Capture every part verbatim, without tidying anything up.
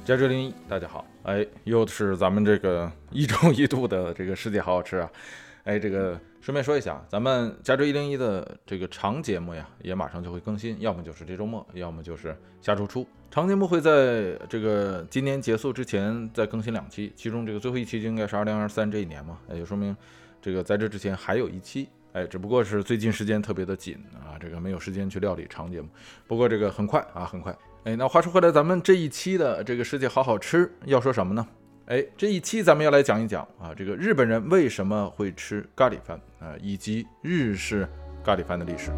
加州零一，大家好，哎，又是咱们这个一周一度的这个世界好好吃啊，哎，这个顺便说一下，咱们加州一零一的这个长节目呀，也马上就会更新，要么就是这周末，要么就是下周初。长节目会在这个今年结束之前再更新两期，其中这个最后一期就应该是二零二三这一年嘛，也就说明这个在这之前还有一期。哎，只不过是最近时间特别的紧啊，这个没有时间去料理长节目。不过这个很快啊，很快。哎，那话说回来，咱们这一期的这个世界好好吃要说什么呢？哎，这一期咱们要来讲一讲啊，这个日本人为什么会吃咖喱饭啊，以及日式咖喱饭的历史。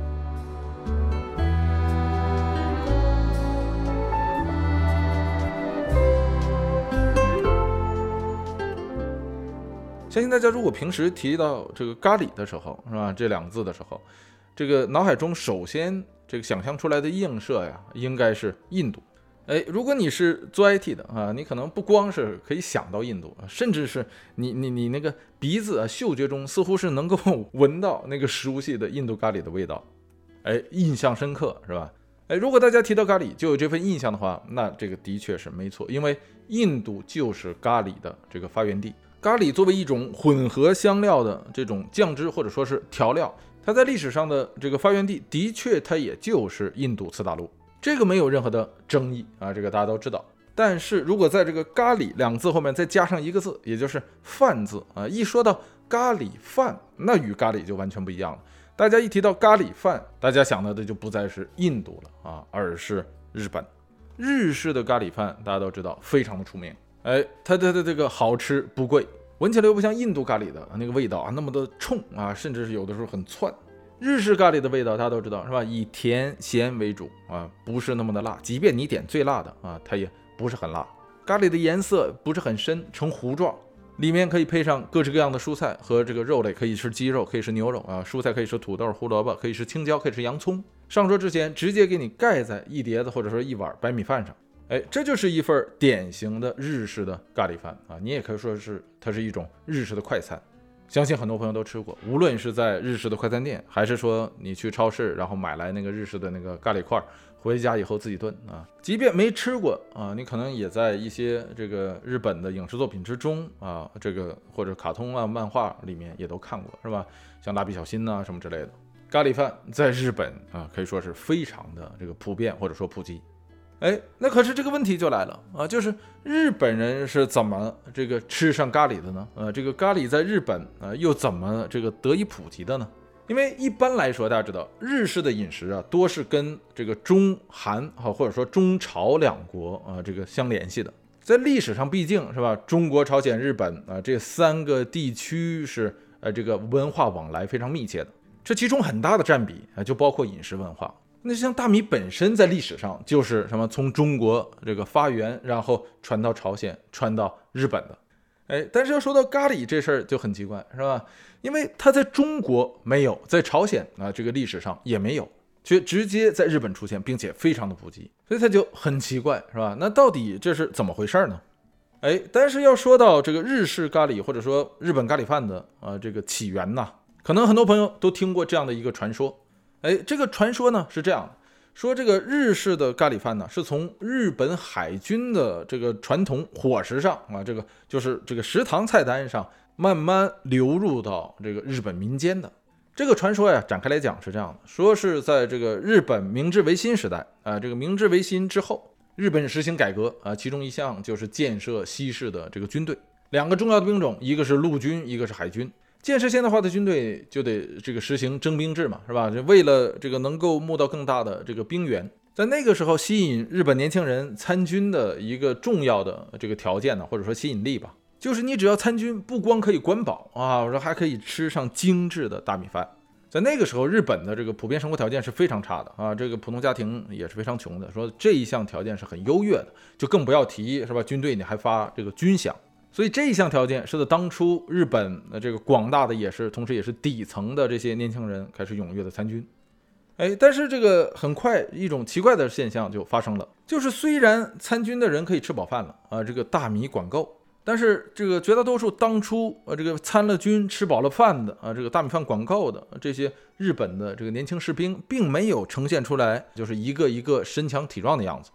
相信大家如果平时提到这个咖喱的时候，是吧？这两个字的时候，这个脑海中首先这个想象出来的映射呀，应该是印度。哎，如果你是做 I T 的啊，你可能不光是可以想到印度，甚至是你你你那个鼻子啊、嗅觉中似乎是能够闻到那个熟悉的印度咖喱的味道，哎，印象深刻是吧？哎，如果大家提到咖喱就有这份印象的话，那这个的确是没错，因为印度就是咖喱的这个发源地。咖喱作为一种混合香料的这种酱汁或者说是调料，它在历史上的这个发源地的确它也就是印度次大陆，这个没有任何的争议啊，这个大家都知道。但是如果在这个咖喱两个字后面再加上一个字，也就是饭字啊，一说到咖喱饭，那与咖喱就完全不一样了。大家一提到咖喱饭，大家想到的就不再是印度了啊，而是日本。日式的咖喱饭大家都知道非常的出名，哎，它的这个好吃不贵，闻起来又不像印度咖喱的那个味道啊那么的冲啊，甚至是有的时候很窜。日式咖喱的味道大家都知道是吧？以甜咸为主啊，不是那么的辣，即便你点最辣的啊，它也不是很辣。咖喱的颜色不是很深，呈糊状，里面可以配上各式各样的蔬菜和这个肉类，可以是鸡肉，可以是牛肉啊，蔬菜可以是土豆、胡萝卜，可以是青椒，可以是洋葱。上桌之前直接给你盖在一碟子或者说一碗白米饭上。哎，这就是一份典型的日式的咖喱饭啊，你也可以说是它是一种日式的快餐。相信很多朋友都吃过，无论是在日式的快餐店，还是说你去超市然后买来那个日式的那个咖喱块，回家以后自己炖啊。即便没吃过啊，你可能也在一些这个日本的影视作品之中啊，这个或者卡通啊、漫画里面也都看过，是吧？像蜡笔小新啊什么之类的。咖喱饭在日本啊，可以说是非常的这个普遍或者说普及。哎，那可是这个问题就来了啊，就是日本人是怎么这个吃上咖喱的呢？呃，这个咖喱在日本啊又怎么这个得以普及的呢？因为一般来说，大家知道日式的饮食啊，多是跟这个中韩啊或者说中朝两国啊这个相联系的。在历史上，毕竟是吧，中国、朝鲜、日本啊这三个地区是呃这个文化往来非常密切的，这其中很大的占比啊就包括饮食文化。那像大米本身在历史上就是什么从中国这个发源，然后传到朝鲜，传到日本的。哎，但是要说到咖喱这事儿就很奇怪，是吧？因为它在中国没有，在朝鲜啊这个历史上也没有，却直接在日本出现，并且非常的普及，所以它就很奇怪，是吧？那到底这是怎么回事呢？哎，但是要说到这个日式咖喱或者说日本咖喱饭的啊这个起源呢，可能很多朋友都听过这样的一个传说。哎，这个传说呢是这样的，说这个日式的咖喱饭呢是从日本海军的这个传统伙食上啊，这个就是这个食堂菜单上慢慢流入到这个日本民间的。这个传说呀，展开来讲是这样的，说是在这个日本明治维新时代啊，这个明治维新之后，日本实行改革啊，其中一项就是建设西式的这个军队，两个重要的兵种，一个是陆军，一个是海军。建设现代化的军队就得这个实行征兵制嘛，是吧？为了这个能够募到更大的这个兵源，在那个时候吸引日本年轻人参军的一个重要的这个条件呢，或者说吸引力吧，就是你只要参军，不光可以管饱啊，我说还可以吃上精致的大米饭。在那个时候，日本的这个普遍生活条件是非常差的啊，这个普通家庭也是非常穷的，说这一项条件是很优越的，就更不要提是吧？军队你还发这个军饷。所以这一项条件使得当初日本的这个广大的也是同时也是底层的这些年轻人开始踊跃的参军。哎，但是这个很快一种奇怪的现象就发生了，就是虽然参军的人可以吃饱饭了啊，这个大米管够，但是这个绝大多数当初呃这个参了军吃饱了饭的啊，这个大米饭管够的这些日本的这个年轻士兵，并没有呈现出来就是一个一个身强体壮的样子。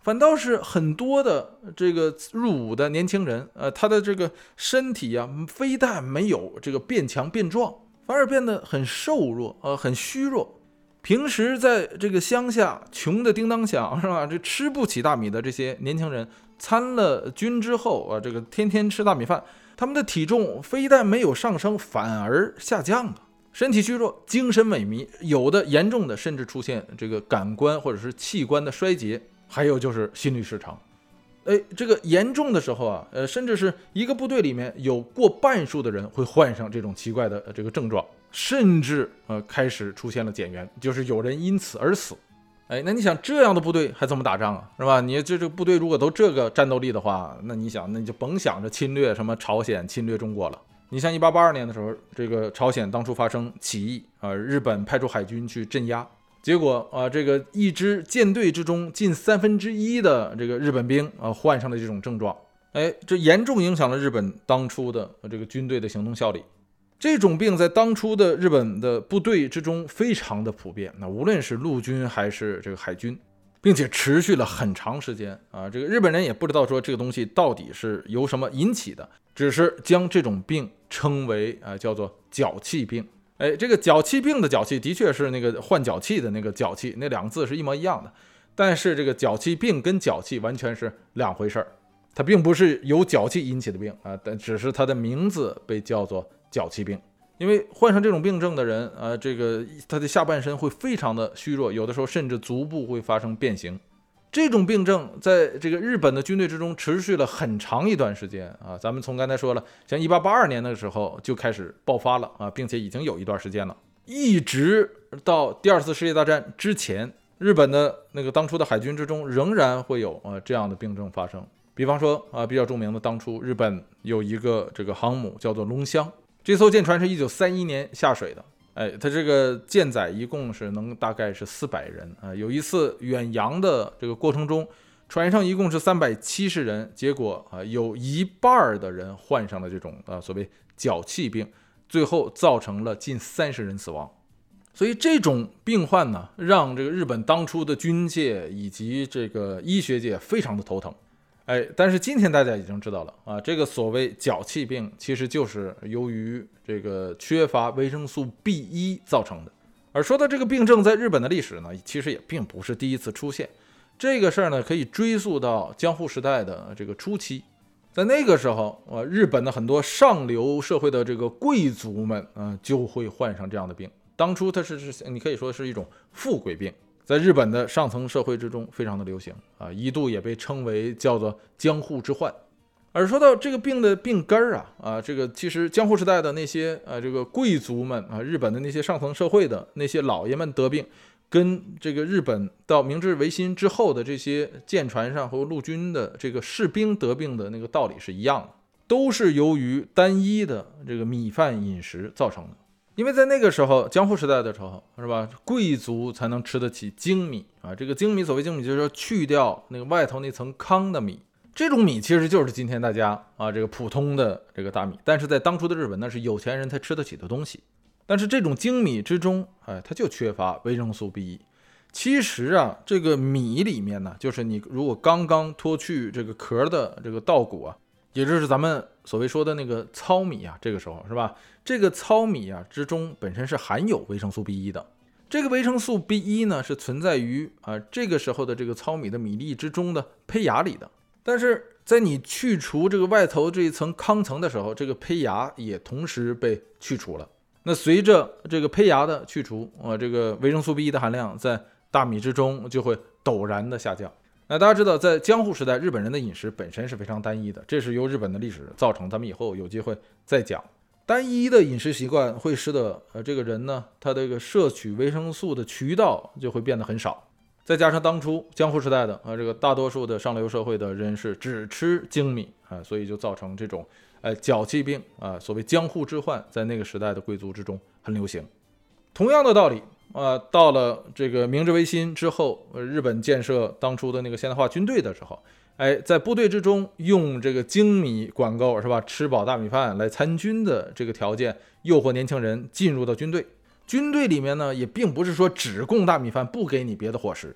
反倒是很多的这个入伍的年轻人，呃，他的这个身体啊，非但没有这个变强变壮，反而变得很瘦弱，呃，很虚弱。平时在这个乡下穷的叮当响，是吧？这吃不起大米的这些年轻人，参了军之后啊，这个天天吃大米饭，他们的体重非但没有上升，反而下降了。身体虚弱，精神萎靡，有的严重的甚至出现这个感官或者是器官的衰竭，还有就是心律失常。哎，这个严重的时候啊，呃，甚至是一个部队里面有过半数的人会患上这种奇怪的这个症状，甚至呃开始出现了减员，就是有人因此而死。哎，那你想这样的部队还怎么打仗啊，是吧？你这这个部队如果都这个战斗力的话，那你想，那你就甭想着侵略什么朝鲜、侵略中国了。你像一八八二年的时候，这个朝鲜当初发生起义啊、呃，日本派出海军去镇压，结果啊、呃，这个一支舰队之中近三分之一的这个日本兵啊、呃、患上了这种症状，哎，这严重影响了日本当初的这个军队的行动效力。这种病在当初的日本的部队之中非常的普遍，那无论是陆军还是这个海军，并且持续了很长时间啊。这个日本人也不知道说这个东西到底是由什么引起的，只是将这种病称为啊叫做脚气病。哎，这个脚气病的脚气的确是那个换脚气的那个脚气，那两个字是一模一样的。但是这个脚气病跟脚气完全是两回事儿，它并不是由脚气引起的病啊，但只是它的名字被叫做脚气病。因为患上这种病症的人啊，这个他的下半身会非常的虚弱，有的时候甚至足部会发生变形。这种病症在这个日本的军队之中持续了很长一段时间啊。咱们从刚才说了，像一八八二年的时候就开始爆发了啊，并且已经有一段时间了，一直到第二次世界大战之前，日本的那个当初的海军之中仍然会有啊这样的病症发生。比方说啊，比较著名的，当初日本有一个这个航母叫做龙香。这艘舰船是一九三一年下水的，哎，它这个舰载一共是能大概是四百人啊。有一次远洋的这个过程中，船上一共是三百七十人，结果啊有一半的人患上了这种啊所谓脚气病，最后造成了近三十人死亡。所以这种病患呢，让这个日本当初的军界以及这个医学界非常的头疼。哎，但是今天大家已经知道了啊，这个所谓脚气病其实就是由于这个缺乏维生素 B 一 造成的。而说到这个病症在日本的历史呢，其实也并不是第一次出现。这个事儿呢，可以追溯到江户时代的这个初期。在那个时候，呃，日本的很多上流社会的这个贵族们啊、呃，就会患上这样的病。当初它是是你可以说是一种富贵病。在日本的上层社会之中非常的流行啊，一度也被称为叫做江户之患。而说到这个病的病根儿啊啊，这个其实江户时代的那些啊这个贵族们啊，日本的那些上层社会的那些老爷们得病，跟这个日本到明治维新之后的这些舰船上和陆军的这个士兵得病的那个道理是一样的，都是由于单一的这个米饭饮食造成的。因为在那个时候，江户时代的时候，是吧？贵族才能吃得起精米啊。这个精米，所谓精米，就是说去掉那个外头那层糠的米。这种米其实就是今天大家啊这个普通的这个大米，但是在当初的日本，那是有钱人才吃得起的东西。但是这种精米之中，哎，它就缺乏维生素 B 一。其实啊，这个米里面呢，就是你如果刚刚脱去这个壳的这个稻谷啊。也就是咱们所谓说的那个糙米啊，这个时候是吧？这个糙米啊之中本身是含有维生素 B 一 的。这个维生素 B 一 呢是存在于啊这个时候的这个糙米的米粒之中的胚芽里的。但是在你去除这个外头这一层糠层的时候，这个胚芽也同时被去除了。那随着这个胚芽的去除啊，这个维生素 B 一 的含量在大米之中就会陡然的下降。那大家知道，在江户时代，日本人的饮食本身是非常单一的，这是由日本的历史造成。咱们以后有机会再讲。单一的饮食习惯会使得呃这个人呢，他这个摄取维生素的渠道就会变得很少。再加上当初江户时代的啊这个大多数的上流社会的人士只吃精米啊，所以就造成这种呃脚气病啊，所谓江户之患，在那个时代的贵族之中很流行。同样的道理。呃，到了这个明治维新之后，呃，日本建设当初的那个现代化军队的时候，哎，在部队之中用这个精米管够是吧？吃饱大米饭来参军的这个条件，诱惑年轻人进入到军队。军队里面呢，也并不是说只供大米饭，不给你别的伙食。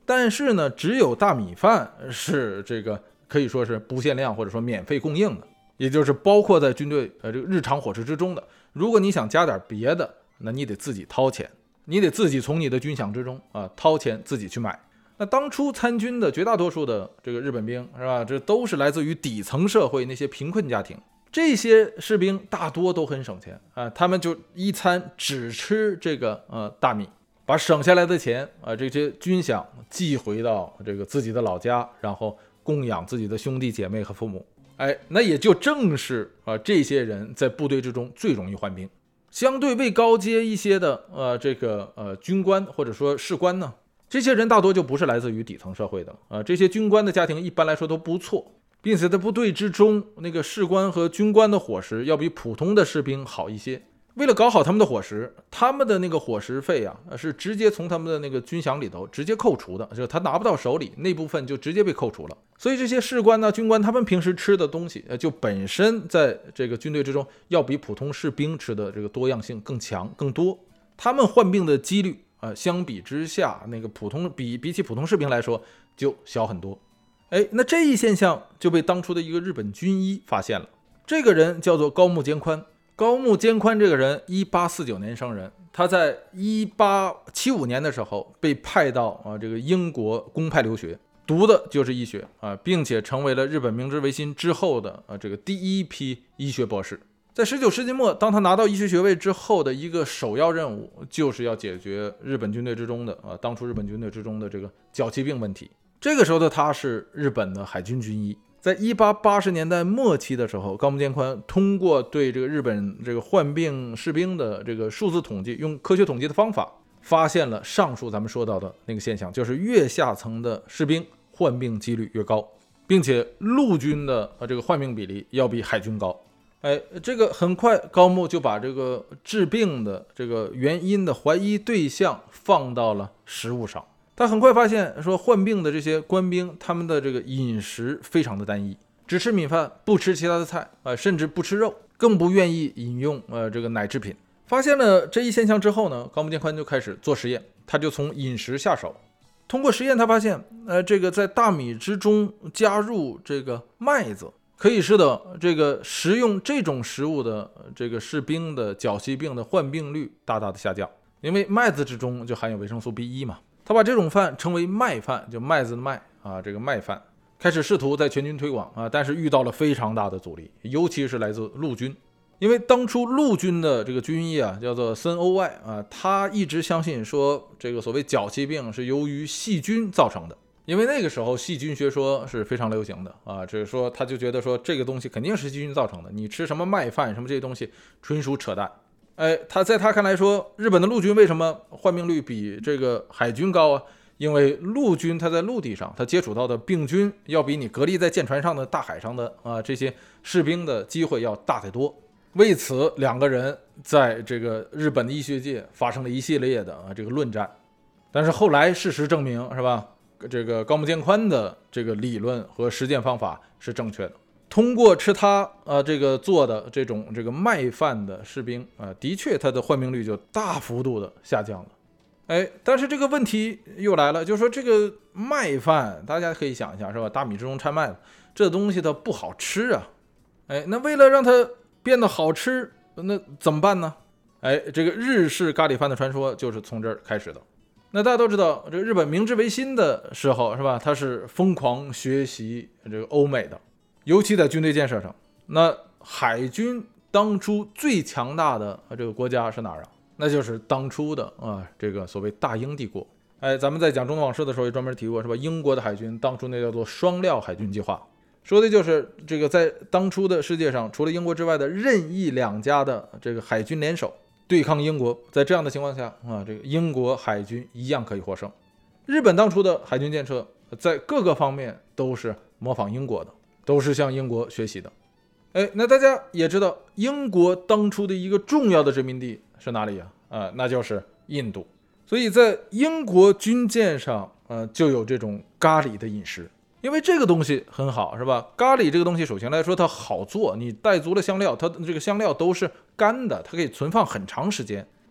但是呢，只有大米饭是这个可以说是不限量或者说免费供应的，也就是包括在军队呃这个日常伙食之中的。如果你想加点别的，那你得自己掏钱，你得自己从你的军饷之中啊掏钱自己去买。那当初参军的绝大多数的这个日本兵是吧，这都是来自于底层社会那些贫困家庭。这些士兵大多都很省钱啊，他们就一餐只吃这个呃大米，把省下来的钱啊这些军饷寄回到这个自己的老家，然后供养自己的兄弟姐妹和父母。哎，那也就正是啊这些人在部队之中最容易患病。相对位高阶一些的呃这个呃军官或者说士官呢，这些人大多就不是来自于底层社会的啊、呃，这些军官的家庭一般来说都不错，并且在部队之中，那个士官和军官的伙食要比普通的士兵好一些。为了搞好他们的伙食，他们的那个伙食费啊，是直接从他们的那个军饷里头直接扣除的，就是他拿不到手里，那部分就直接被扣除了。所以这些士官呢、军官，他们平时吃的东西，就本身在这个军队之中要比普通士兵吃的这个多样性更强、更多。他们患病的几率啊、呃，相比之下，那个普通比比起普通士兵来说就小很多。哎，那这一现象就被当初的一个日本军医发现了。这个人叫做高木兼宽。高木兼宽这个人一八四九年生人，他在一八七五年的时候被派到啊这个英国公派留学，读的就是医学啊，并且成为了日本明治维新之后的啊这个第一批医学博士。在十九世纪末，当他拿到医学学位之后的一个首要任务，就是要解决日本军队之中的啊当初日本军队之中的这个脚气病问题。这个时候的他是日本的海军军医。在一八八十年代末期的时候，高木兼宽通过对这个日本这个患病士兵的这个数字统计，用科学统计的方法，发现了上述咱们说到的那个现象，就是越下层的士兵患病几率越高，并且陆军的这个患病比例要比海军高。哎，这个很快高木就把这个治病的这个原因的怀疑对象放到了食物上。他很快发现说，患病的这些官兵，他们的这个饮食非常的单一，只吃米饭，不吃其他的菜，呃，甚至不吃肉，更不愿意饮用呃这个奶制品。发现了这一现象之后呢，高木兼宽就开始做实验，他就从饮食下手。通过实验，他发现，呃，这个在大米之中加入这个麦子，可以使得这个食用这种食物的这个士兵的脚气病的患病率大大的下降，因为麦子之中就含有维生素 B 一 嘛。他把这种饭称为麦饭，就麦子的麦啊，这个麦饭，开始试图在全军推广啊，但是遇到了非常大的阻力，尤其是来自陆军，因为当初陆军的这个军医啊，叫做森欧外啊，他一直相信说这个所谓脚气病是由于细菌造成的，因为那个时候细菌学说是非常流行的啊，就是说他就觉得说这个东西肯定是细菌造成的，你吃什么麦饭什么这些东西纯属扯淡。哎，他在他看来说，日本的陆军为什么患病率比这个海军高啊？因为陆军他在陆地上，他接触到的病菌要比你隔离在舰船上的大海上的啊这些士兵的机会要大得多。为此，两个人在这个日本的医学界发生了一系列的啊这个论战。但是后来事实证明，是吧？这个高木兼宽的这个理论和实践方法是正确的。通过吃他呃这个做的这种这个麦饭的士兵啊、呃，的确他的患病率就大幅度的下降了。哎，但是这个问题又来了，就是说这个麦饭大家可以想一下是吧？大米之中掺麦子，这东西它不好吃啊。哎，那为了让它变得好吃，那怎么办呢？哎，这个日式咖喱饭的传说就是从这儿开始的。那大家都知道，这个日本明治维新的时候是吧？它是疯狂学习这个欧美的。尤其在军队建设上，那海军当初最强大的这个国家是哪儿啊？那就是当初的啊这个所谓大英帝国。哎，咱们在讲中东往事的时候也专门提过，是吧？英国的海军当初那叫做双料海军计划，说的就是这个在当初的世界上，除了英国之外的任意两家的这个海军联手对抗英国。在这样的情况下啊，这个英国海军一样可以获胜。日本当初的海军建设在各个方面都是模仿英国的。都是向英国学习的。哎，那大家也知道，英国当初的一个重要的殖民地是哪里呀？啊、呃，那就是印度。所以在英国军舰上，呃，就有这种咖喱的饮食，因为这个东西很好，是吧？咖喱这个东西，首先来说它好做，你带足了香料，它这个香料都是干的，它可以存放很长时间。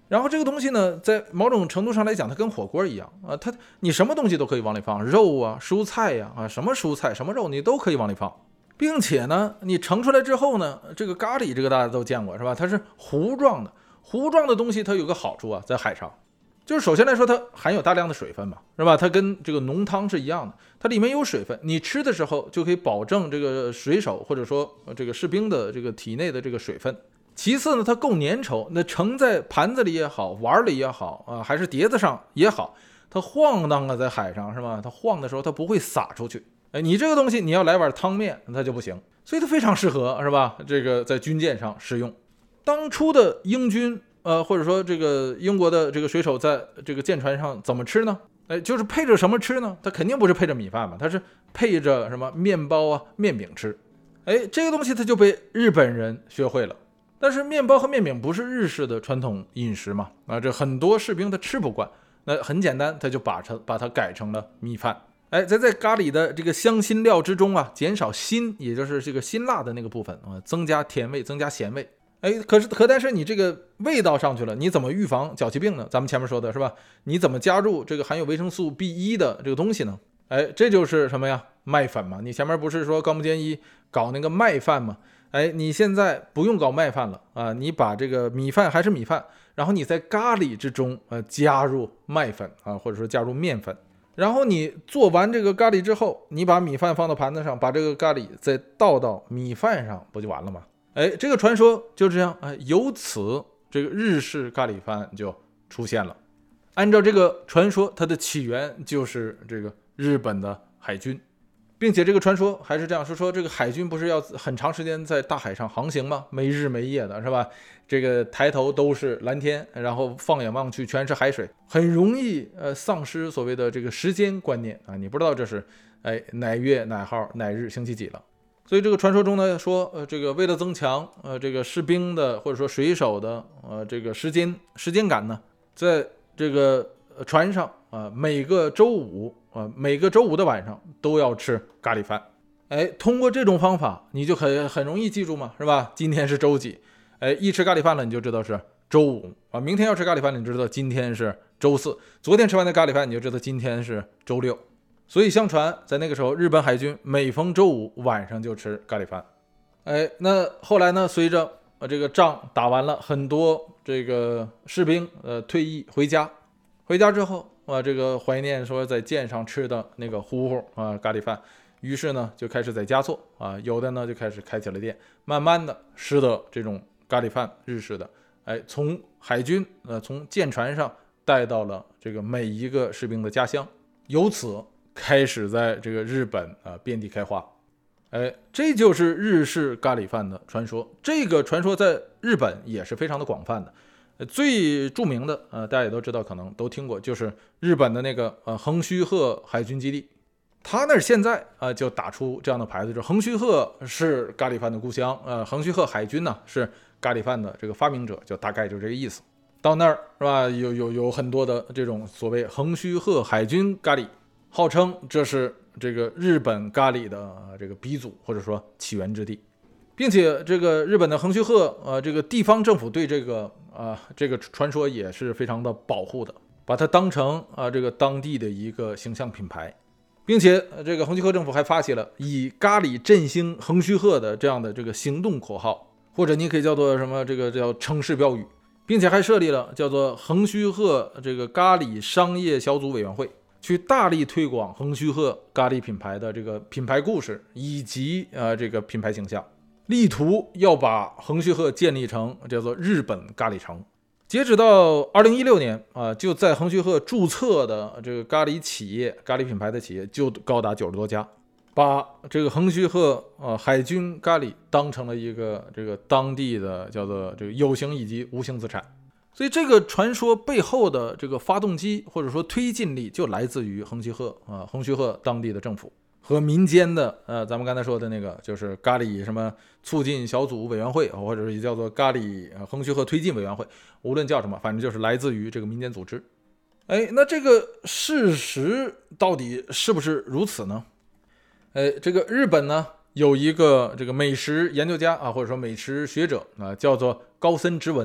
然后这个东西呢，在某种程度上来讲，它跟火锅一样啊，它你什么东西都可以往里放，肉啊、蔬菜呀 啊, 啊，什么蔬菜、什么肉你都可以往里放，并且呢，你盛出来之后呢，这个咖喱这个大家都见过是吧？它是糊状的，糊状的东西它有个好处啊，在海上，就是首先来说它含有大量的水分嘛，是吧？它跟这个浓汤是一样的，它里面有水分，你吃的时候就可以保证这个水手或者说这个士兵的这个体内的这个水分。其次呢，它够粘稠，那盛在盘子里也好，碗里也好啊，还是碟子上也好，它晃荡了在海上是吧？它晃的时候它不会洒出去。哎，你这个东西你要来碗汤面，它就不行，所以它非常适合是吧？这个在军舰上使用。当初的英军呃，或者说这个英国的这个水手在这个舰船上怎么吃呢？哎，就是配着什么吃呢？它肯定不是配着米饭嘛，它是配着什么面包啊、面饼吃。哎，这个东西它就被日本人学会了。但是面包和面饼不是日式的传统饮食嘛？啊，这很多士兵他吃不惯，那很简单，他就把它把它改成了米饭。哎，在在咖喱的这个香辛料之中啊，减少辛，也就是这个辛辣的那个部分啊，增加甜味，增加咸味。哎，可是可但是你这个味道上去了，你怎么预防脚气病呢？咱们前面说的是吧？你怎么加入这个含有维生素 B 一 的这个东西呢？哎，这就是什么呀？麦粉嘛。你前面不是说高木健一搞那个麦饭吗？哎，你现在不用搞麦饭了啊，你把这个米饭还是米饭，然后你在咖喱之中呃加入麦粉啊，或者说加入面粉，然后你做完这个咖喱之后，你把米饭放到盘子上，把这个咖喱再倒到米饭上，不就完了吗？哎，这个传说就这样，哎，由此这个日式咖喱饭就出现了。按照这个传说，它的起源就是这个日本的海军。并且这个传说还是这样说，说这个海军不是要很长时间在大海上航行吗？没日没夜的是吧？这个抬头都是蓝天，然后放眼望去全是海水，很容易呃丧失所谓的这个时间观念啊，你不知道这是哎哪月哪号哪日星期几了。所以这个传说中呢说，呃这个为了增强呃这个士兵的或者说水手的呃这个时间时间感呢，在这个船上啊、呃、每个周五。呃，每个周五的晚上都要吃咖喱饭，哎，通过这种方法，你就很很容易记住嘛，是吧？今天是周几？哎，一吃咖喱饭了，你就知道是周五啊。明天要吃咖喱饭了，你就知道今天是周四。昨天吃完的咖喱饭，你就知道今天是周六。所以相传，在那个时候，日本海军每逢周五晚上就吃咖喱饭。哎，那后来呢？随着呃这个仗打完了，很多这个士兵呃退役回家，回家之后。啊，这个怀念说在舰上吃的那个糊糊啊咖喱饭，于是呢就开始在家做啊，有的呢就开始开起了店，慢慢的使得这种咖喱饭日式的，哎，从海军呃从舰船上带到了这个每一个士兵的家乡，由此开始在这个日本啊遍地开花，哎，这就是日式咖喱饭的传说。这个传说在日本也是非常的广泛的。最著名的呃，大家也都知道，可能都听过，就是日本的那个呃横须贺海军基地，他那儿现在啊、呃、就打出这样的牌子，就是横须贺是咖喱饭的故乡，呃，横须贺海军呢是咖喱饭的这个发明者，就大概就这个意思。到那儿是吧，有有有很多的这种所谓横须贺海军咖喱，号称这是这个日本咖喱的、呃、这个鼻祖或者说起源之地。并且这个日本的横须贺呃这个地方政府对这个啊、呃、这个传说也是非常的保护的，把它当成啊、呃、这个当地的一个形象品牌，并且、呃、这个横须贺政府还发起了以咖喱振兴横须贺的这样的这个行动口号，或者你可以叫做什么这个叫城市标语，并且还设立了叫做横须贺这个咖喱商业小组委员会，去大力推广横须贺咖喱品牌的这个品牌故事以及呃这个品牌形象。力图要把横须贺建立成叫做日本咖喱城。截止到二零一六年啊、呃，就在横须贺注册的这个咖喱企业、咖喱品牌的企业就高达九十多家，把这个横须贺呃海军咖喱当成了一个这个当地的叫做这个有形以及无形资产。所以这个传说背后的这个发动机或者说推进力就来自于横须贺啊、呃，横须贺当地的政府。和民间的呃，咱们刚才说的那个就是咖喱什么促进小组委员会，或者也叫做咖喱呃横须贺推进委员会，无论叫什么，反正就是来自于这个民间组织。哎，那这个事实到底是不是如此呢？哎，这个日本呢有一个这个美食研究家啊，或者说美食学者啊，叫做高森直文。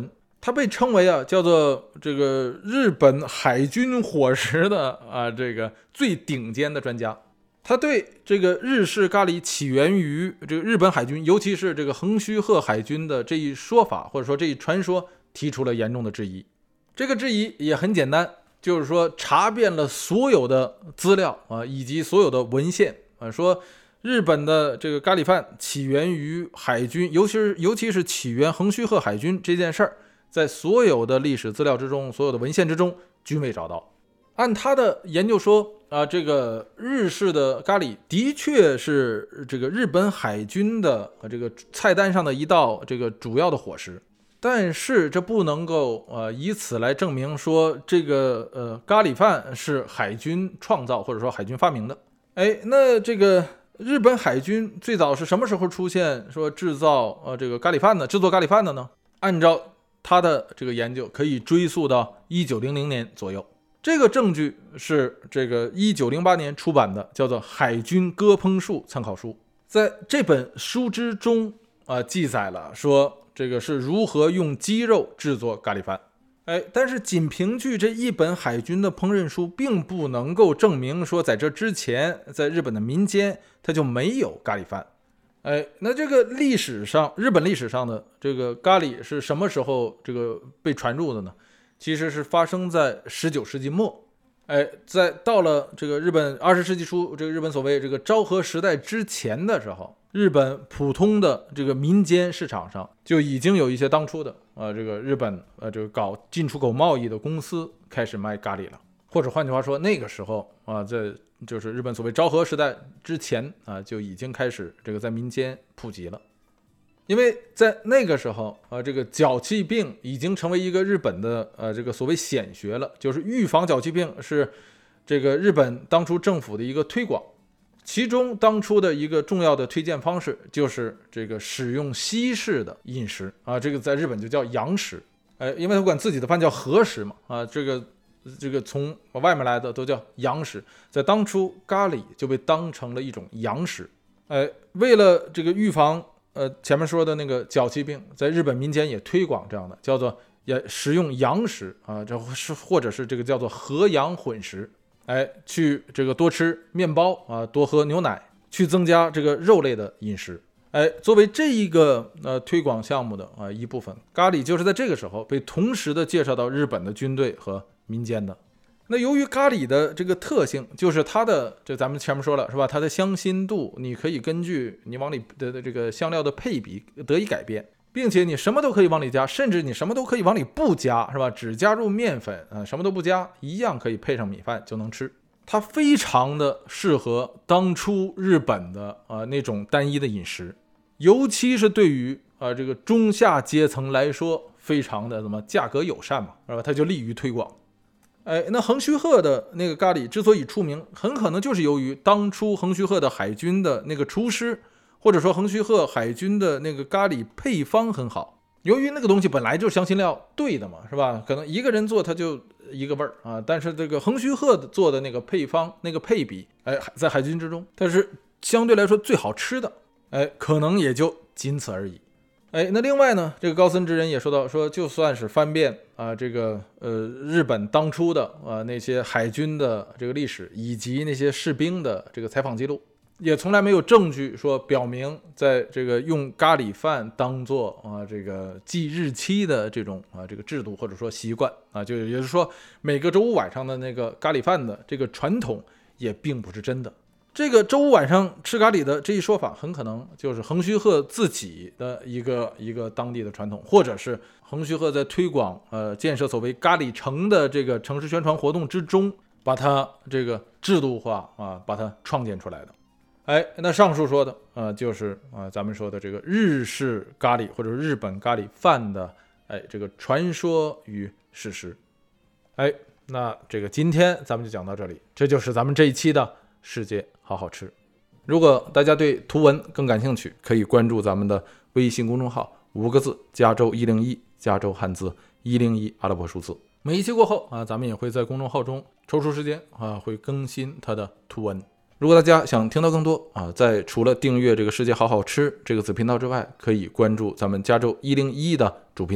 他被称为啊叫做这个日本海军伙食的啊这个最顶尖的专家。他对这个日式咖喱起源于这个日本海军，尤其是这个横须贺海军的这一说法，或者说这一传说，提出了严重的质疑。这个质疑也很简单，就是说查遍了所有的资料啊，以及所有的文献啊，说日本的这个咖喱饭起源于海军，尤其是尤其是起源横须贺海军这件事儿，在所有的历史资料之中，所有的文献之中均未找到。按他的研究说啊，这个日式的咖喱的确是这个日本海军的这个菜单上的一道这个主要的伙食，但是这不能够呃以此来证明说这个呃咖喱饭是海军创造或者说海军发明的。哎，那这个日本海军最早是什么时候出现说制造呃这个咖喱饭呢？制作咖喱饭的呢？按照他的这个研究，可以追溯到一九零零年左右。这个证据是这个一九零八年出版的，叫做《海军歌烹术参考书》。在这本书之中啊、呃，记载了说这个是如何用鸡肉制作咖喱饭。哎，但是仅凭据这一本海军的烹饪书，并不能够证明说在这之前，在日本的民间它就没有咖喱饭。哎，那这个历史上，日本历史上的这个咖喱是什么时候这个被传入的呢？其实是发生在十九世纪末。哎，在到了这个日本二十世纪初，这个日本所谓这个昭和时代之前的时候，日本普通的这个民间市场上就已经有一些当初的啊、呃、这个日本呃这个搞进出口贸易的公司开始卖咖喱了。或者换句话说，那个时候啊，在就是日本所谓昭和时代之前啊，就已经开始这个在民间普及了。因为在那个时候啊，这个脚气病已经成为一个日本的呃这个所谓显学了，就是预防脚气病是这个日本当初政府的一个推广，其中当初的一个重要的推荐方式就是这个使用西式的饮食啊，这个在日本就叫洋食，哎，因为他管自己的饭叫和食嘛啊，这个这个从外面来的都叫洋食，在当初咖喱就被当成了一种洋食，哎，为了这个预防。呃，前面说的那个脚气病，在日本民间也推广这样的，叫做也食用洋食啊，这是或者是这个叫做和洋混食，哎，去这个多吃面包啊，多喝牛奶，去增加这个肉类的饮食，哎，作为这一个呃推广项目的啊一部分，咖喱就是在这个时候被同时的介绍到日本的军队和民间的。那由于咖喱的这个特性，就是它的，这咱们前面说了是吧？它的香辛度，你可以根据你往里的这个香料的配比得以改变，并且你什么都可以往里加，甚至你什么都可以往里不加，是吧？只加入面粉啊，什么都不加，一样可以配上米饭就能吃。它非常的适合当初日本的啊、呃、那种单一的饮食，尤其是对于啊、呃、这个中下阶层来说，非常的什么价格友善嘛，是吧？它就利于推广。哎，那横须贺的那个咖喱之所以出名，很可能就是由于当初横须贺的海军的那个厨师，或者说横须贺海军的那个咖喱配方很好。由于那个东西本来就是香辛料兑的嘛，是吧？可能一个人做它就一个味儿啊，但是这个横须贺做的那个配方、那个配比，哎，在海军之中，它是相对来说最好吃的，哎，可能也就仅此而已。哎，那另外呢，这个高森之人也说到，说就算是翻遍啊，这个呃日本当初的啊那些海军的这个历史，以及那些士兵的这个采访记录，也从来没有证据说表明，在这个用咖喱饭当做啊这个记日期的这种啊这个制度或者说习惯啊，就也就是说每个周五晚上的那个咖喱饭的这个传统也并不是真的。这个周五晚上吃咖喱的这一说法，很可能就是横须贺自己的一个一个当地的传统，或者是横须贺在推广呃建设所谓咖喱城的这个城市宣传活动之中，把它这个制度化啊，把它创建出来的。哎，那上述说的啊、呃，就是啊、呃、咱们说的这个日式咖喱或者日本咖喱饭的哎这个传说与事实。哎，那这个今天咱们就讲到这里，这就是咱们这一期的世界好好吃。如果大家对图文更感兴趣，可以关注咱们的微信公众号，五个字加州一零一，加州汉字一零一阿拉伯数字。每一期过后啊，咱们也会在公众号中抽出时间啊，会更新它的图文。如果大家想听到更多啊，在除了订阅这个世界好好吃这个子频道之外，可以关注咱们加州一零一的主频道。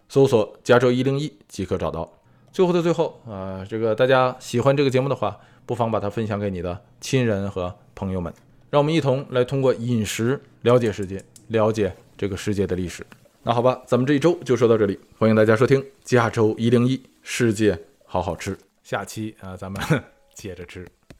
搜索加州一零一即可找到。最后的最后啊、呃，这个大家喜欢这个节目的话，不妨把它分享给你的亲人和朋友们，让我们一同来通过饮食了解世界，了解这个世界的历史。那好吧，咱们这一周就说到这里，欢迎大家收听加州一零一世界好好吃，下期啊、呃、咱们接着吃。